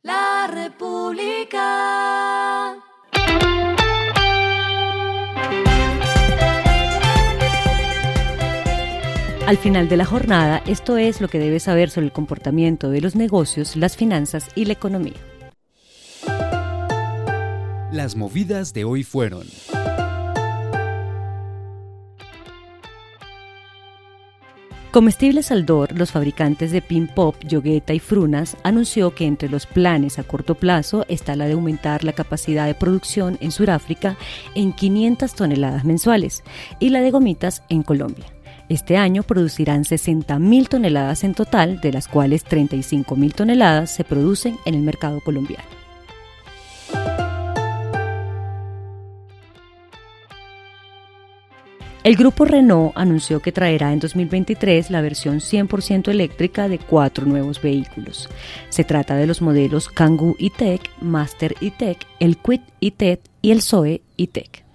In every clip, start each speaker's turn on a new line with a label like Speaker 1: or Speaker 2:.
Speaker 1: La República.
Speaker 2: Al final de la jornada, esto es lo que debes saber sobre el comportamiento de los negocios, las finanzas y la economía.
Speaker 3: Las movidas de hoy fueron:
Speaker 2: Comestibles Aldor, los fabricantes de Pin Pop, Yogueta y Frunas, anunció que entre los planes a corto plazo está la de aumentar la capacidad de producción en Sudáfrica en 500 toneladas mensuales y la de gomitas en Colombia. Este año producirán 60.000 toneladas en total, de las cuales 35.000 toneladas se producen en el mercado colombiano. El grupo Renault anunció que traerá en 2023 la versión 100% eléctrica de 4 nuevos vehículos. Se trata de los modelos Kangoo E-Tech, Master E-Tech, el Kwid E-Tech y el Zoe E-Tech.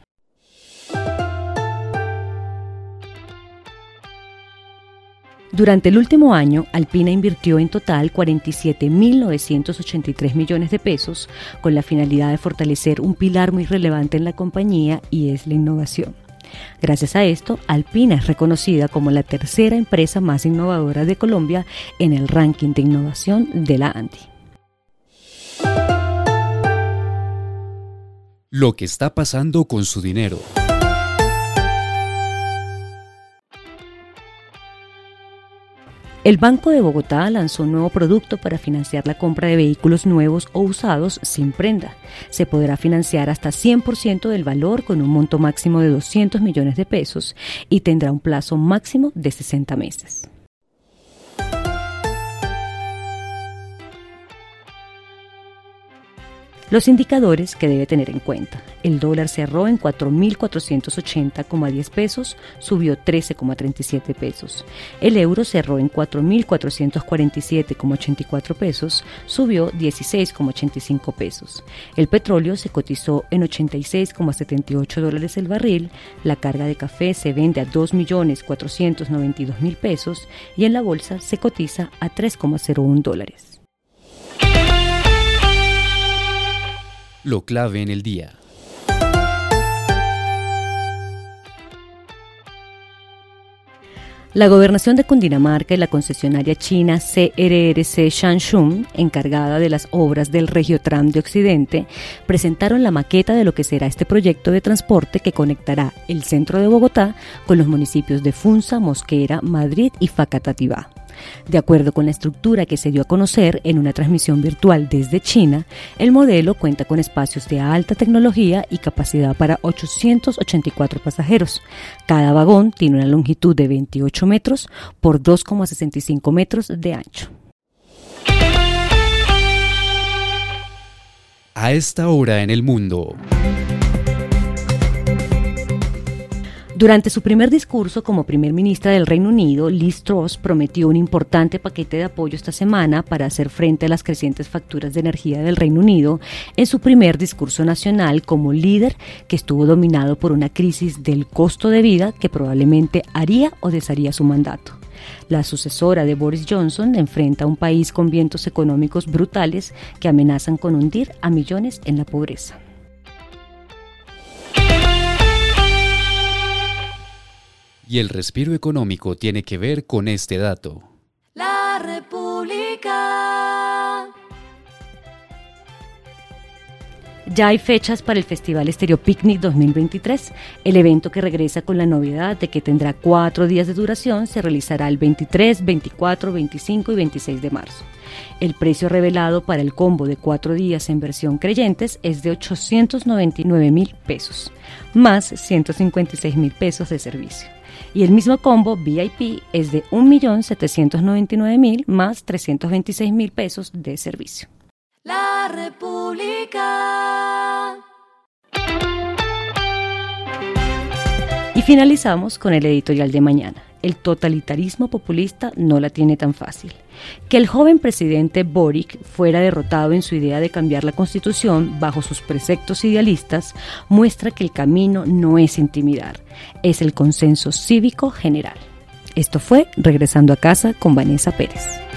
Speaker 2: Durante el último año, Alpina invirtió en total 47.983 millones de pesos con la finalidad de fortalecer un pilar muy relevante en la compañía y es la innovación. Gracias a esto, Alpina es reconocida como la tercera empresa más innovadora de Colombia en el ranking de innovación de la ANDI.
Speaker 3: lo que está pasando con su dinero.
Speaker 2: El Banco de Bogotá lanzó un nuevo producto para financiar la compra de vehículos nuevos o usados sin prenda. Se podrá financiar hasta 100% del valor con un monto máximo de 200 millones de pesos y tendrá un plazo máximo de 60 meses. Los indicadores que debe tener en cuenta. El dólar cerró en 4.480,10 pesos, subió 13,37 pesos. El euro cerró en 4.447,84 pesos, subió 16,85 pesos. El petróleo se cotizó en $86,78 el barril. La carga de café se vende a 2.492.000 pesos y en la bolsa se cotiza a $3,01.
Speaker 3: Lo clave en el día.
Speaker 2: La Gobernación de Cundinamarca y la concesionaria china CRRC Shanxun, encargada de las obras del Regiotram de Occidente, presentaron la maqueta de lo que será este proyecto de transporte que conectará el centro de Bogotá con los municipios de Funza, Mosquera, Madrid y Facatativá. De acuerdo con la estructura que se dio a conocer en una transmisión virtual desde China, el modelo cuenta con espacios de alta tecnología y capacidad para 884 pasajeros. Cada vagón tiene una longitud de 28 metros por 2,65 metros de ancho.
Speaker 3: A esta hora en el mundo.
Speaker 2: Durante su primer discurso como primer ministra del Reino Unido, Liz Truss prometió un importante paquete de apoyo esta semana para hacer frente a las crecientes facturas de energía del Reino Unido en su primer discurso nacional como líder que estuvo dominado por una crisis del costo de vida que probablemente haría o desharía su mandato. La sucesora de Boris Johnson enfrenta a un país con vientos económicos brutales que amenazan con hundir a millones en la pobreza.
Speaker 3: Y el respiro económico tiene que ver con este dato.
Speaker 1: La República.
Speaker 2: Ya hay fechas para el Festival Estéreo Picnic 2023. El evento, que regresa con la novedad de que tendrá 4 días de duración, se realizará el 23, 24, 25 y 26 de marzo. El precio revelado para el combo de 4 días en versión creyentes es de 899.000 pesos, más 156.000 pesos de servicio. Y el mismo combo VIP es de 1.799.000 más 326.000 pesos de servicio.
Speaker 1: La República.
Speaker 2: Y finalizamos con el editorial de mañana. El totalitarismo populista no la tiene tan fácil. Que el joven presidente Boric fuera derrotado en su idea de cambiar la Constitución bajo sus preceptos idealistas muestra que el camino no es intimidar, es el consenso cívico general. Esto fue Regresando a Casa con Vanessa Pérez.